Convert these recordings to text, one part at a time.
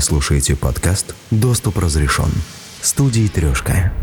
слушаете подкаст «Доступ разрешен» студии «Трешка».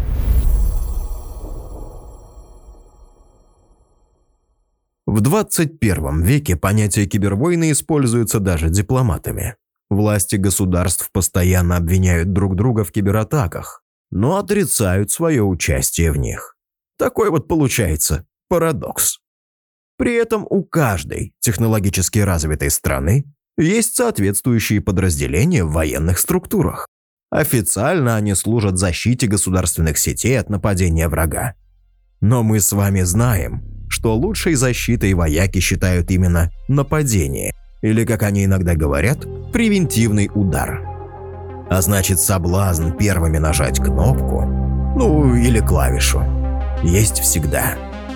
В 21 веке понятие кибервойны используется даже дипломатами. Власти государств постоянно обвиняют друг друга в кибератаках, но отрицают свое участие в них. Такой вот получается парадокс. При этом у каждой технологически развитой страны есть соответствующие подразделения в военных структурах. Официально они служат защите государственных сетей от нападения врага. Но мы с вами знаем, что лучшей защитой вояки считают именно нападение, или, как они иногда говорят, превентивный удар. А значит, соблазн первыми нажать кнопку, или клавишу, есть всегда.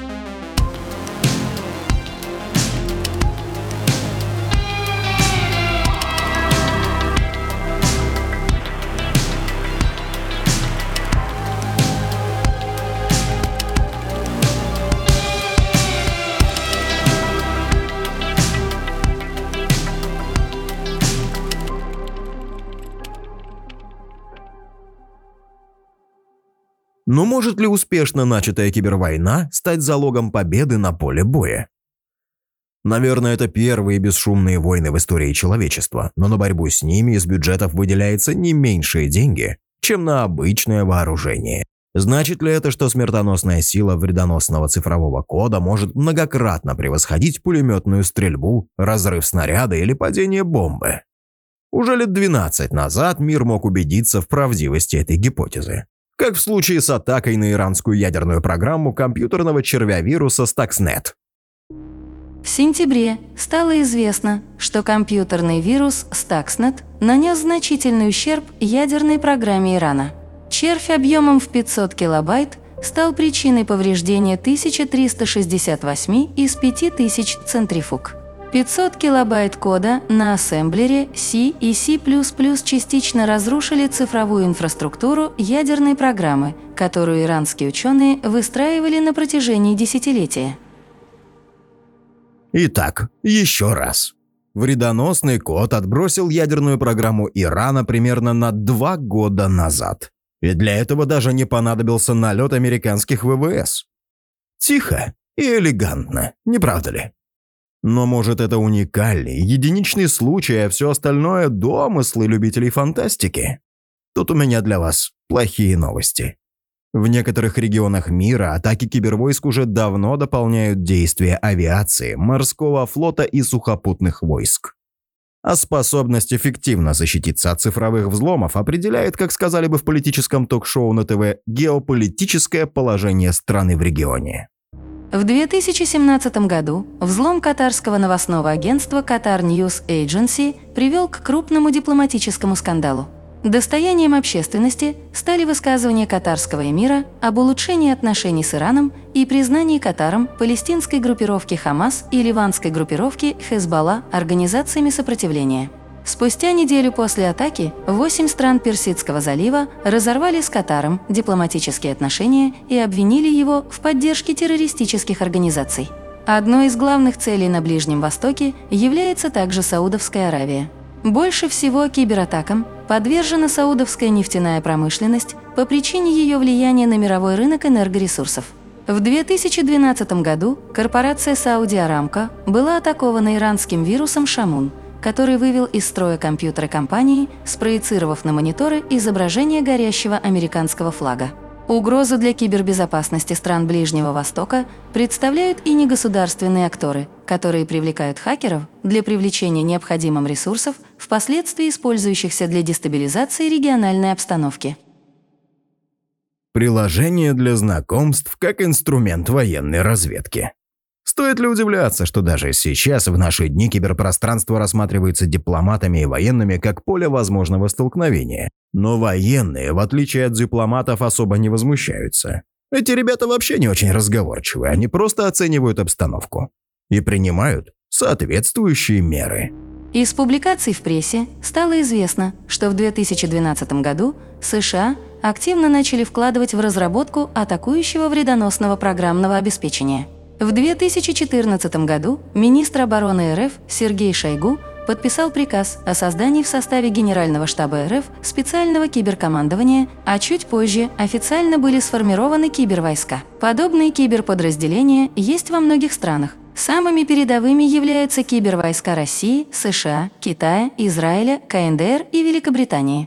Но может ли успешно начатая кибервойна стать залогом победы на поле боя? Наверное, это первые бесшумные войны в истории человечества, но на борьбу с ними из бюджетов выделяется не меньшие деньги, чем на обычное вооружение. Значит ли это, что смертоносная сила вредоносного цифрового кода может многократно превосходить пулеметную стрельбу, разрыв снаряда или падение бомбы? Уже лет 12 назад мир мог убедиться в правдивости этой гипотезы. Как в случае с атакой на иранскую ядерную программу компьютерного червя-вируса Stuxnet. В сентябре стало известно, что компьютерный вирус Stuxnet нанес значительный ущерб ядерной программе Ирана. Червь объемом в 500 килобайт стал причиной повреждения 1368 из 5000 центрифуг. 500 килобайт кода на ассемблере C и C++ частично разрушили цифровую инфраструктуру ядерной программы, которую иранские ученые выстраивали на протяжении десятилетия. Итак, еще раз. Вредоносный код отбросил ядерную программу Ирана примерно на 2 года назад. И для этого даже не понадобился налет американских ВВС. Тихо и элегантно, не правда ли? Но может это уникальный, единичный случай, а все остальное – домыслы любителей фантастики? Тут у меня для вас плохие новости. В некоторых регионах мира атаки кибервойск уже давно дополняют действия авиации, морского флота и сухопутных войск. А способность эффективно защититься от цифровых взломов определяет, как сказали бы в политическом ток-шоу на ТВ, геополитическое положение страны в регионе. В 2017 году взлом катарского новостного агентства Qatar News Agency привел к крупному дипломатическому скандалу. Достоянием общественности стали высказывания катарского эмира об улучшении отношений с Ираном и признании Катаром палестинской группировки Хамас и ливанской группировки Хезболла организациями сопротивления. Спустя неделю после атаки 8 стран Персидского залива разорвали с Катаром дипломатические отношения и обвинили его в поддержке террористических организаций. Одной из главных целей на Ближнем Востоке является также Саудовская Аравия. Больше всего кибератакам подвержена саудовская нефтяная промышленность по причине ее влияния на мировой рынок энергоресурсов. В 2012 году корпорация Saudi Aramco была атакована иранским вирусом Шамун, который вывел из строя компьютеры компании, спроецировав на мониторы изображение горящего американского флага. Угрозу для кибербезопасности стран Ближнего Востока представляют и негосударственные акторы, которые привлекают хакеров для привлечения необходимых ресурсов, впоследствии использующихся для дестабилизации региональной обстановки. Приложение для знакомств как инструмент военной разведки. Стоит ли удивляться, что даже сейчас, в наши дни, киберпространство рассматривается дипломатами и военными как поле возможного столкновения. Но военные, в отличие от дипломатов, особо не возмущаются. Эти ребята вообще не очень разговорчивые, они просто оценивают обстановку и принимают соответствующие меры. Из публикаций в прессе стало известно, что в 2012 году США активно начали вкладывать в разработку атакующего вредоносного программного обеспечения. В 2014 году министр обороны РФ Сергей Шойгу подписал приказ о создании в составе Генерального штаба РФ специального киберкомандования, а чуть позже официально были сформированы кибервойска. Подобные киберподразделения есть во многих странах. Самыми передовыми являются кибервойска России, США, Китая, Израиля, КНДР и Великобритании.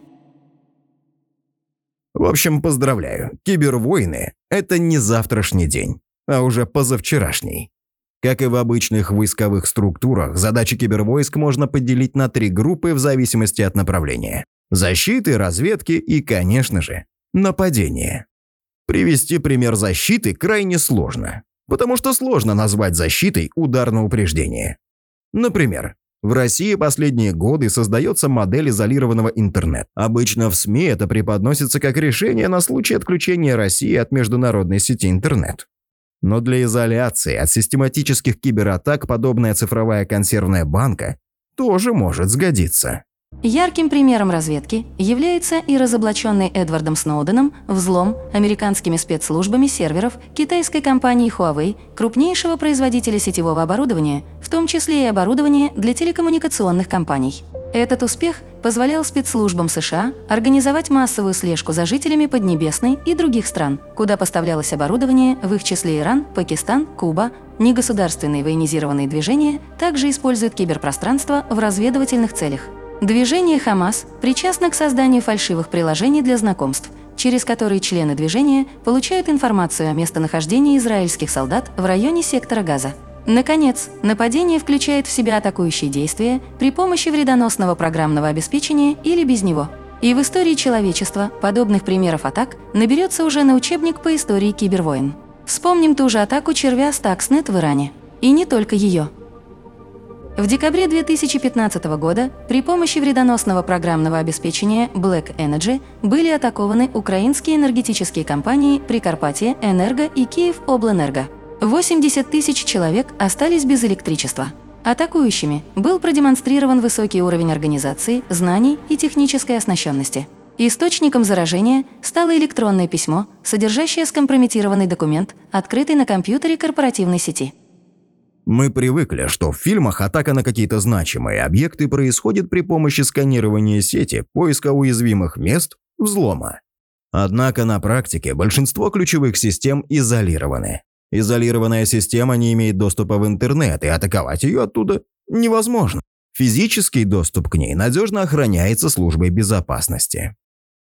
В общем, поздравляю, кибервойны – это не завтрашний день, а уже позавчерашний. Как и в обычных войсковых структурах, задачи кибервойск можно поделить на 3 группы в зависимости от направления – защиты, разведки и, конечно же, нападения. Привести пример защиты крайне сложно, потому что сложно назвать защитой удар на упреждение. Например, в России последние годы создается модель изолированного интернета. Обычно в СМИ это преподносится как решение на случай отключения России от международной сети интернет. Но для изоляции от систематических кибератак подобная цифровая консервная банка тоже может сгодиться. Ярким примером разведки является и разоблаченный Эдвардом Сноуденом взлом американскими спецслужбами серверов китайской компании Huawei, крупнейшего производителя сетевого оборудования, в том числе и оборудования для телекоммуникационных компаний. Этот успех позволял спецслужбам США организовать массовую слежку за жителями Поднебесной и других стран, куда поставлялось оборудование, в их числе Иран, Пакистан, Куба. Негосударственные военизированные движения также используют киберпространство в разведывательных целях. Движение «Хамас» причастно к созданию фальшивых приложений для знакомств, через которые члены движения получают информацию о местонахождении израильских солдат в районе сектора Газа. Наконец, нападение включает в себя атакующие действия при помощи вредоносного программного обеспечения или без него. И в истории человечества подобных примеров атак наберется уже на учебник по истории кибервойн. Вспомним ту же атаку червя Stuxnet в Иране. И не только ее. В декабре 2015 года при помощи вредоносного программного обеспечения Black Energy были атакованы украинские энергетические компании Прикарпатье Энерго и Киевоблэнерго. 80 тысяч человек остались без электричества. Атакующими был продемонстрирован высокий уровень организации, знаний и технической оснащенности. Источником заражения стало электронное письмо, содержащее скомпрометированный документ, открытый на компьютере корпоративной сети. Мы привыкли, что в фильмах атака на какие-то значимые объекты происходит при помощи сканирования сети, поиска уязвимых мест, взлома. Однако на практике большинство ключевых систем изолированы. Изолированная система не имеет доступа в интернет, и атаковать ее оттуда невозможно. Физический доступ к ней надежно охраняется службой безопасности.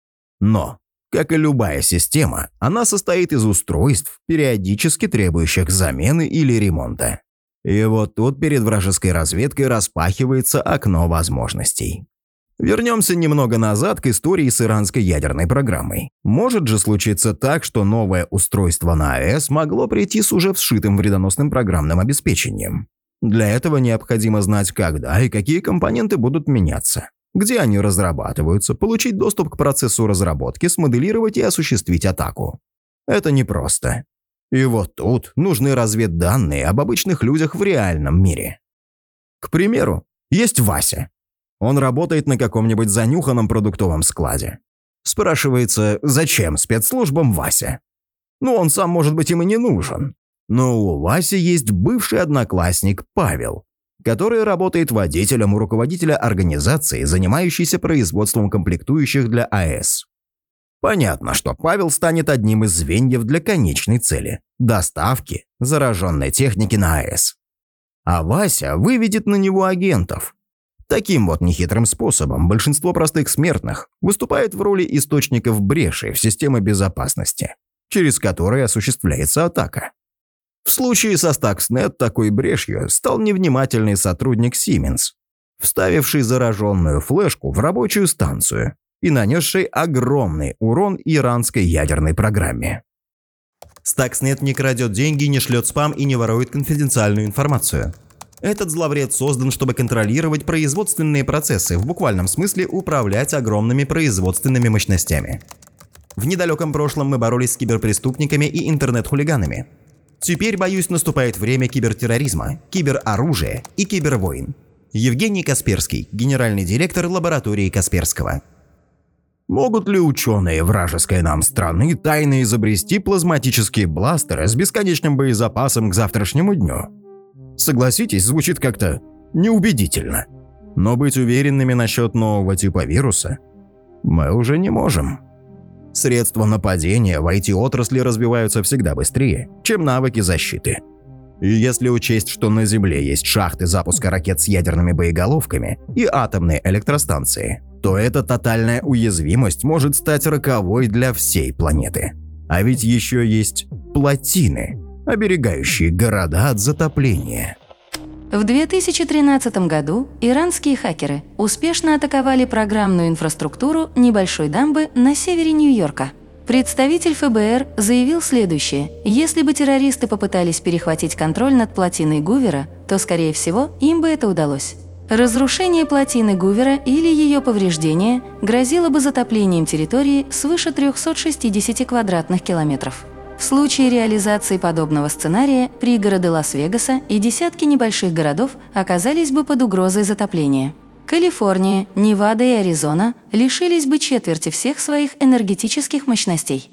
Но, как и любая система, она состоит из устройств, периодически требующих замены или ремонта. И вот тут перед вражеской разведкой распахивается окно возможностей. Вернемся немного назад к истории с иранской ядерной программой. Может же случиться так, что новое устройство на АЭС могло прийти с уже вшитым вредоносным программным обеспечением. Для этого необходимо знать, когда и какие компоненты будут меняться, где они разрабатываются, получить доступ к процессу разработки, смоделировать и осуществить атаку. Это непросто. И вот тут нужны разведданные об обычных людях в реальном мире. К примеру, есть Вася. Он работает на каком-нибудь занюханном продуктовом складе. Спрашивается, зачем спецслужбам Вася? Ну, он сам, может быть, им и не нужен. Но у Васи есть бывший одноклассник Павел, который работает водителем у руководителя организации, занимающейся производством комплектующих для АЭС. Понятно, что Павел станет одним из звеньев для конечной цели – доставки зараженной техники на АЭС. А Вася выведет на него агентов. Таким вот нехитрым способом большинство простых смертных выступает в роли источников бреши в системе безопасности, через которые осуществляется атака. В случае со Stuxnet такой брешью стал невнимательный сотрудник Siemens, вставивший зараженную флешку в рабочую станцию и нанесший огромный урон иранской ядерной программе. Stuxnet не крадет деньги, не шлет спам и не ворует конфиденциальную информацию. Этот зловред создан, чтобы контролировать производственные процессы, в буквальном смысле управлять огромными производственными мощностями. В недалеком прошлом мы боролись с киберпреступниками и интернет-хулиганами. Теперь, боюсь, наступает время кибертерроризма, кибероружия и кибервойн. Евгений Касперский, генеральный директор лаборатории Касперского. Могут ли ученые вражеской нам страны тайно изобрести плазматические бластеры с бесконечным боезапасом к завтрашнему дню? Согласитесь, звучит как-то неубедительно. Но быть уверенными насчет нового типа вируса мы уже не можем. Средства нападения в IT-отрасли развиваются всегда быстрее, чем навыки защиты. И если учесть, что на Земле есть шахты запуска ракет с ядерными боеголовками и атомные электростанции, то эта тотальная уязвимость может стать роковой для всей планеты. А ведь еще есть плотины, оберегающие города от затопления. В 2013 году иранские хакеры успешно атаковали программную инфраструктуру небольшой дамбы на севере Нью-Йорка. Представитель ФБР заявил следующее: если бы террористы попытались перехватить контроль над плотиной Гувера, то, скорее всего, им бы это удалось. Разрушение плотины Гувера или ее повреждение грозило бы затоплением территории свыше 360 квадратных километров. В случае реализации подобного сценария пригороды Лас-Вегаса и десятки небольших городов оказались бы под угрозой затопления. Калифорния, Невада и Аризона лишились бы четверти всех своих энергетических мощностей.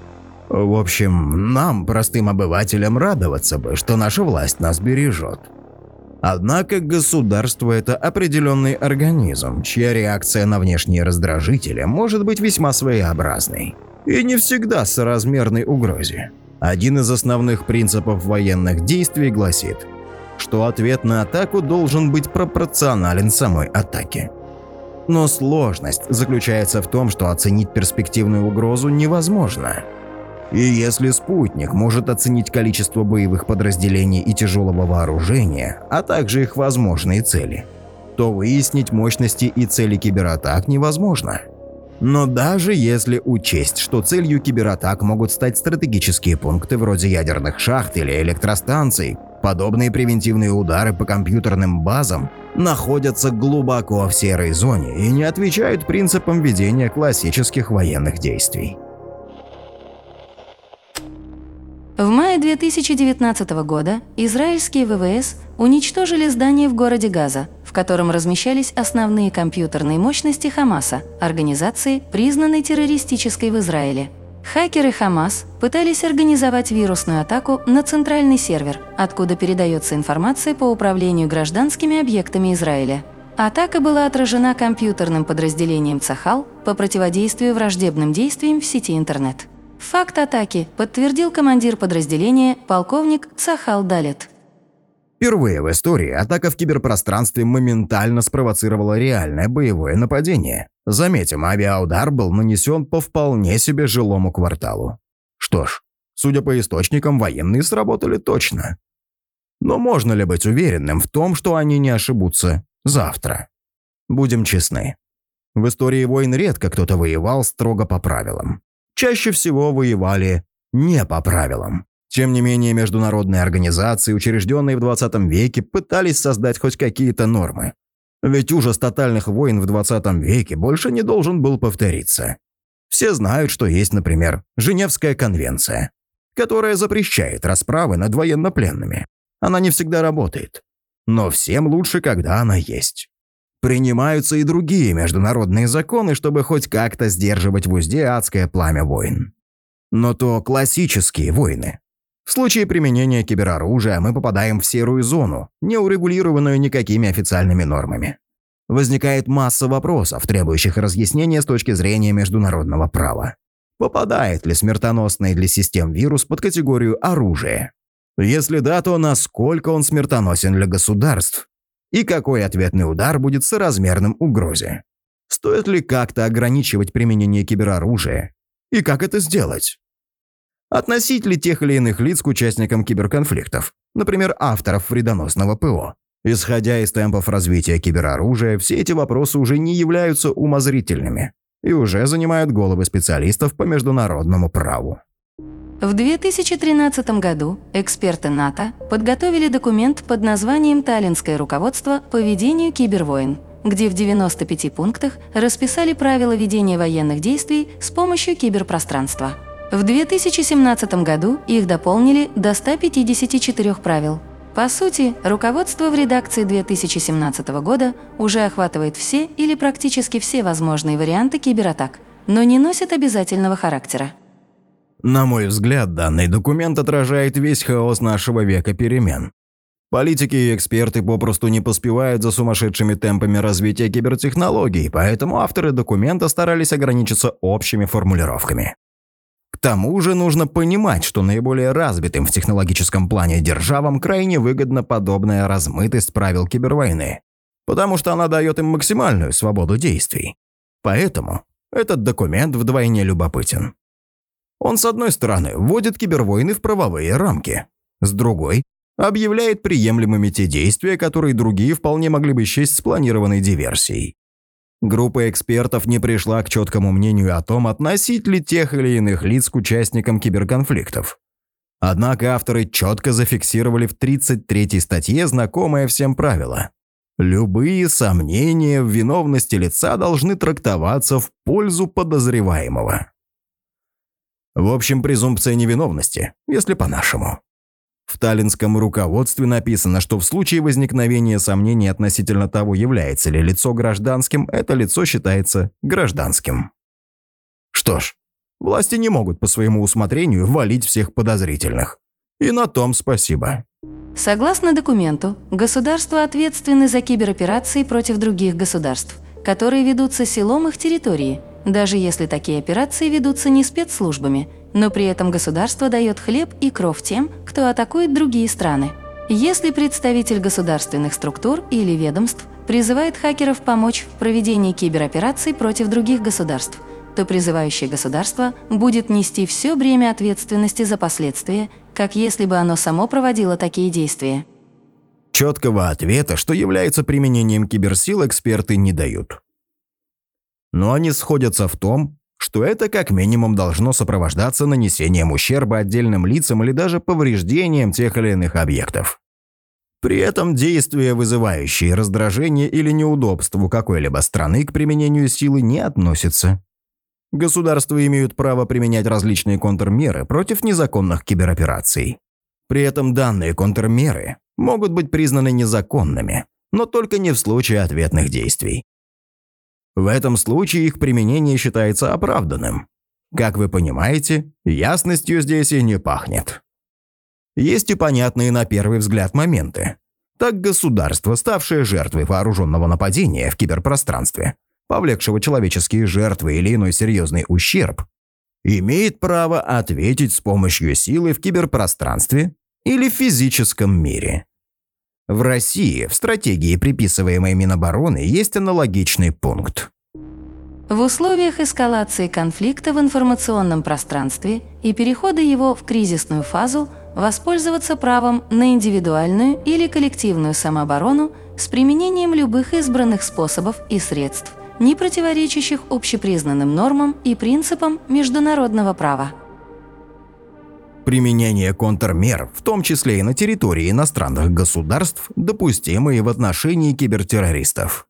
В общем, нам, простым обывателям, радоваться бы, что наша власть нас бережет. Однако государство – это определенный организм, чья реакция на внешние раздражители может быть весьма своеобразной и не всегда соразмерной угрозе. Один из основных принципов военных действий гласит, что ответ на атаку должен быть пропорционален самой атаке. Но сложность заключается в том, что оценить перспективную угрозу невозможно. И если спутник может оценить количество боевых подразделений и тяжелого вооружения, а также их возможные цели, то выяснить мощности и цели кибератак невозможно. Но даже если учесть, что целью кибератак могут стать стратегические пункты вроде ядерных шахт или электростанций, подобные превентивные удары по компьютерным базам находятся глубоко в серой зоне и не отвечают принципам ведения классических военных действий. В мае 2019 года израильские ВВС уничтожили здание в городе Газа, в котором размещались основные компьютерные мощности Хамаса, организации, признанной террористической в Израиле. Хакеры Хамас пытались организовать вирусную атаку на центральный сервер, откуда передается информация по управлению гражданскими объектами Израиля. Атака была отражена компьютерным подразделением Цахал по противодействию враждебным действиям в сети интернет. Факт атаки подтвердил командир подразделения полковник Цахал Далет. Впервые в истории атака в киберпространстве моментально спровоцировала реальное боевое нападение. Заметим, авиаудар был нанесен по вполне себе жилому кварталу. Что ж, судя по источникам, военные сработали точно. Но можно ли быть уверенным в том, что они не ошибутся завтра? Будем честны. В истории войн редко кто-то воевал строго по правилам. Чаще всего воевали не по правилам. Тем не менее, международные организации, учрежденные в 20 веке, пытались создать хоть какие-то нормы. Ведь ужас тотальных войн в 20 веке больше не должен был повториться. Все знают, что есть, например, Женевская конвенция, которая запрещает расправы над военнопленными. Она не всегда работает. Но всем лучше, когда она есть. Принимаются и другие международные законы, чтобы хоть как-то сдерживать в узде адское пламя войн. Но то классические войны. В случае применения кибероружия мы попадаем в серую зону, не урегулированную никакими официальными нормами. Возникает масса вопросов, требующих разъяснения с точки зрения международного права. Попадает ли смертоносный для систем вирус под категорию оружия? Если да, то насколько он смертоносен для государств? И какой ответный удар будет соразмерным угрозе? Стоит ли как-то ограничивать применение кибероружия? И как это сделать? Относить ли тех или иных лиц к участникам киберконфликтов, например, авторов вредоносного ПО? Исходя из темпов развития кибероружия, все эти вопросы уже не являются умозрительными и уже занимают головы специалистов по международному праву. В 2013 году эксперты НАТО подготовили документ под названием «Таллинское руководство по ведению кибервойн», где в 95 пунктах расписали правила ведения военных действий с помощью киберпространства. В 2017 году их дополнили до 154 правил. По сути, руководство в редакции 2017 года уже охватывает все или практически все возможные варианты кибератак, но не носит обязательного характера. На мой взгляд, данный документ отражает весь хаос нашего века перемен. Политики и эксперты попросту не поспевают за сумасшедшими темпами развития кибертехнологий, поэтому авторы документа старались ограничиться общими формулировками. К тому же нужно понимать, что наиболее развитым в технологическом плане державам крайне выгодна подобная размытость правил кибервойны, потому что она дает им максимальную свободу действий. Поэтому этот документ вдвойне любопытен. Он, с одной стороны, вводит кибервойны в правовые рамки, с другой – объявляет приемлемыми те действия, которые другие вполне могли бы счесть спланированной диверсией. Группа экспертов не пришла к четкому мнению о том, относить ли тех или иных лиц к участникам киберконфликтов. Однако авторы четко зафиксировали в 33-й статье знакомое всем правило. Любые сомнения в виновности лица должны трактоваться в пользу подозреваемого. В общем, презумпция невиновности, если по-нашему. В таллинском руководстве написано, что в случае возникновения сомнений относительно того, является ли лицо гражданским, это лицо считается гражданским. Что ж, власти не могут по своему усмотрению валить всех подозрительных. И на том спасибо. Согласно документу, государства ответственны за кибероперации против других государств, которые ведутся силом их территории, даже если такие операции ведутся не спецслужбами, но при этом государство дает хлеб и кров тем, кто атакует другие страны. Если представитель государственных структур или ведомств призывает хакеров помочь в проведении киберопераций против других государств, то призывающее государство будет нести все бремя ответственности за последствия, как если бы оно само проводило такие действия. Четкого ответа, что является применением киберсил, эксперты не дают. Но они сходятся в том, что это как минимум должно сопровождаться нанесением ущерба отдельным лицам или даже повреждением тех или иных объектов. При этом действия, вызывающие раздражение или неудобство у какой-либо страны, к применению силы не относятся. Государства имеют право применять различные контрмеры против незаконных киберопераций. При этом данные контрмеры могут быть признаны незаконными, но только не в случае ответных действий. В этом случае их применение считается оправданным. Как вы понимаете, ясностью здесь и не пахнет. Есть и понятные на первый взгляд моменты. Так государство, ставшее жертвой вооруженного нападения в киберпространстве, повлекшего человеческие жертвы или иной серьезный ущерб, имеет право ответить с помощью силы в киберпространстве или в физическом мире. В России в стратегии, приписываемой Минобороны, есть аналогичный пункт. В условиях эскалации конфликта в информационном пространстве и перехода его в кризисную фазу воспользоваться правом на индивидуальную или коллективную самооборону с применением любых избранных способов и средств, не противоречащих общепризнанным нормам и принципам международного права. Применение контрмер, в том числе и на территории иностранных государств, допустимо и в отношении кибертеррористов.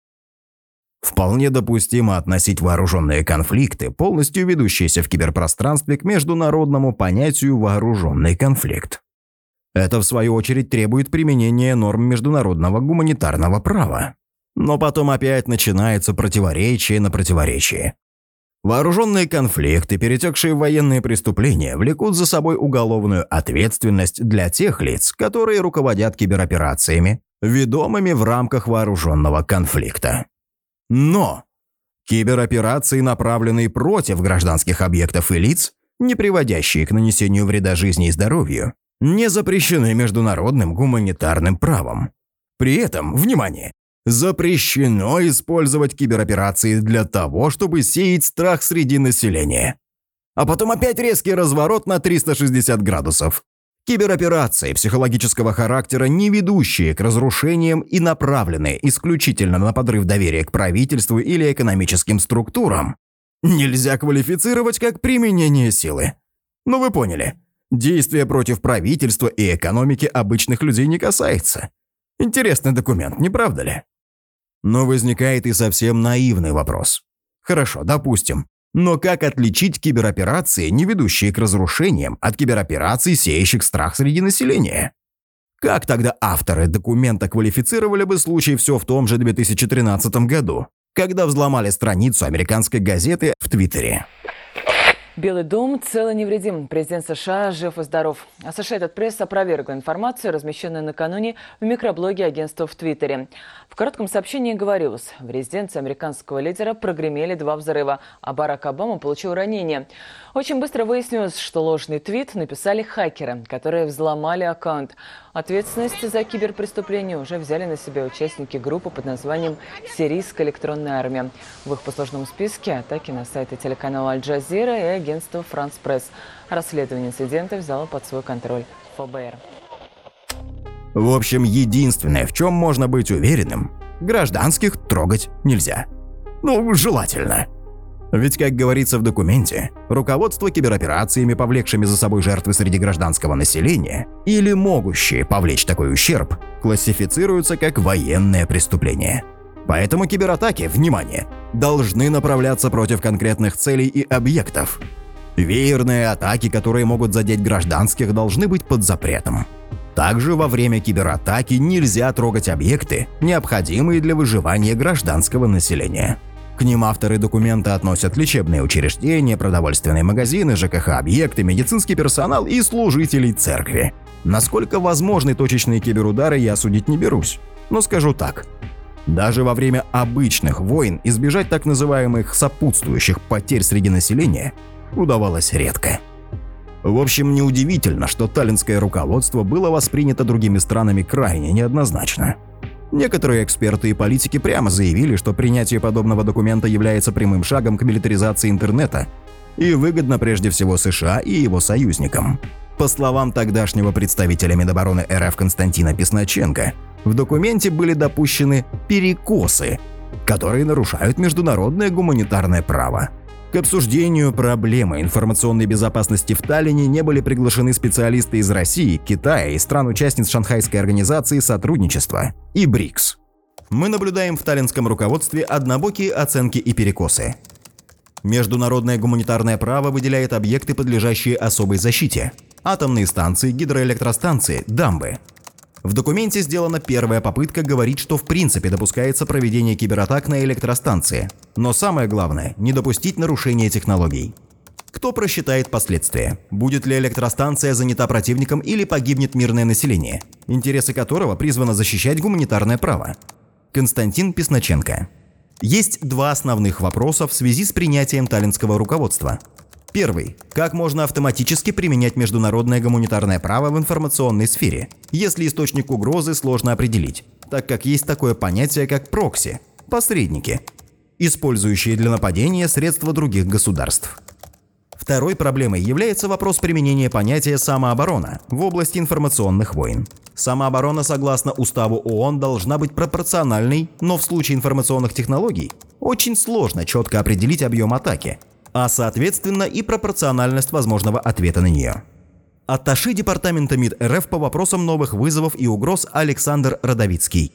Вполне допустимо относить вооруженные конфликты, полностью ведущиеся в киберпространстве, к международному понятию «вооруженный конфликт». Это, в свою очередь, требует применения норм международного гуманитарного права. Но потом опять начинается противоречие на противоречие. Вооруженные конфликты, перетекшие в военные преступления, влекут за собой уголовную ответственность для тех лиц, которые руководят кибероперациями, ведомыми в рамках вооруженного конфликта. Но кибероперации, направленные против гражданских объектов и лиц, не приводящие к нанесению вреда жизни и здоровью, не запрещены международным гуманитарным правом. При этом, внимание, запрещено использовать кибероперации для того, чтобы сеять страх среди населения. А потом опять резкий разворот на 360 градусов. Кибероперации психологического характера, не ведущие к разрушениям и направленные исключительно на подрыв доверия к правительству или экономическим структурам, нельзя квалифицировать как применение силы. Ну вы поняли, действия против правительства и экономики обычных людей не касается. Интересный документ, не правда ли? Но возникает и совсем наивный вопрос. Хорошо, допустим. Но как отличить кибероперации, не ведущие к разрушениям, от киберопераций, сеющих страх среди населения? Как тогда авторы документа квалифицировали бы случай все в том же 2013 году, когда взломали страницу американской газеты в Твиттере? Белый дом цел и невредим. Президент США жив и здоров. Associated Press опровергла информацию, размещенную накануне в микроблоге агентства в Твиттере. В коротком сообщении говорилось, в резиденции американского лидера прогремели 2 взрыва, а Барак Обама получил ранение. Очень быстро выяснилось, что ложный твит написали хакеры, которые взломали аккаунт. Ответственность за киберпреступление уже взяли на себя участники группы под названием «Сирийская электронная армия». В их послужном списке атаки на сайты телеканала Аль-Джазира и агентства «Франс Пресс». Расследование инцидента взяло под свой контроль ФБР. В общем, единственное, в чем можно быть уверенным, гражданских трогать нельзя. Ну, желательно. Ведь, как говорится в документе, руководство кибероперациями, повлекшими за собой жертвы среди гражданского населения, или могущие повлечь такой ущерб, классифицируются как военное преступление. Поэтому кибератаки, внимание, должны направляться против конкретных целей и объектов. Веерные атаки, которые могут задеть гражданских, должны быть под запретом. Также во время кибератаки нельзя трогать объекты, необходимые для выживания гражданского населения. К ним авторы документа относят лечебные учреждения, продовольственные магазины, ЖКХ-объекты, медицинский персонал и служителей церкви. Насколько возможны точечные киберудары, я судить не берусь. Но скажу так. Даже во время обычных войн избежать так называемых сопутствующих потерь среди населения удавалось редко. В общем, неудивительно, что таллинское руководство было воспринято другими странами крайне неоднозначно. Некоторые эксперты и политики прямо заявили, что принятие подобного документа является прямым шагом к милитаризации интернета и выгодно прежде всего США и его союзникам. По словам тогдашнего представителя Минобороны РФ Константина Песноченко, в документе были допущены перекосы, которые нарушают международное гуманитарное право. К обсуждению проблемы информационной безопасности в Таллине не были приглашены специалисты из России, Китая и стран-участниц Шанхайской организации сотрудничества и БРИКС. Мы наблюдаем в таллинском руководстве однобокие оценки и перекосы. Международное гуманитарное право выделяет объекты, подлежащие особой защите – атомные станции, гидроэлектростанции, дамбы. В документе сделана первая попытка говорить, что в принципе допускается проведение кибератак на электростанции. Но самое главное – не допустить нарушения технологий. Кто просчитает последствия? Будет ли электростанция занята противником или погибнет мирное население, интересы которого призвано защищать гуманитарное право? Константин Песноченко. Есть 2 основных вопроса в связи с принятием таллинского руководства. Первый. Как можно автоматически применять международное гуманитарное право в информационной сфере, если источник угрозы сложно определить, так как есть такое понятие, как прокси – посредники, использующие для нападения средства других государств. Второй проблемой является вопрос применения понятия «самооборона» в области информационных войн. Самооборона, согласно Уставу ООН, должна быть пропорциональной, но в случае информационных технологий очень сложно четко определить объем атаки, а соответственно и пропорциональность возможного ответа на нее. Атташе Департамента МИД РФ по вопросам новых вызовов и угроз Александр Родовицкий.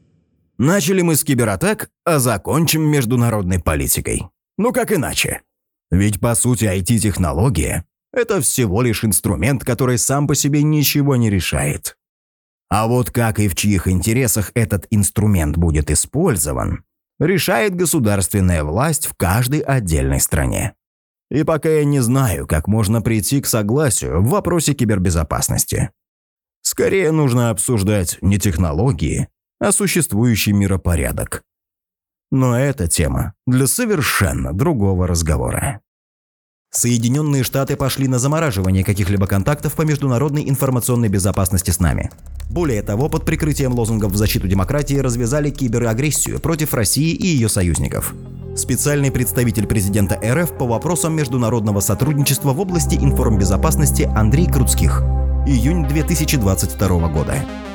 Начали мы с кибератак, а закончим международной политикой. Ну как иначе? Ведь по сути IT-технология – это всего лишь инструмент, который сам по себе ничего не решает. А вот как и в чьих интересах этот инструмент будет использован, решает государственная власть в каждой отдельной стране. И пока я не знаю, как можно прийти к согласию в вопросе кибербезопасности. Скорее нужно обсуждать не технологии, а существующий миропорядок. Но эта тема для совершенно другого разговора. Соединенные Штаты пошли на замораживание каких-либо контактов по международной информационной безопасности с нами. Более того, под прикрытием лозунгов в защиту демократии развязали киберагрессию против России и ее союзников. Специальный представитель президента РФ по вопросам международного сотрудничества в области информбезопасности Андрей Круцких. Июнь 2022 года.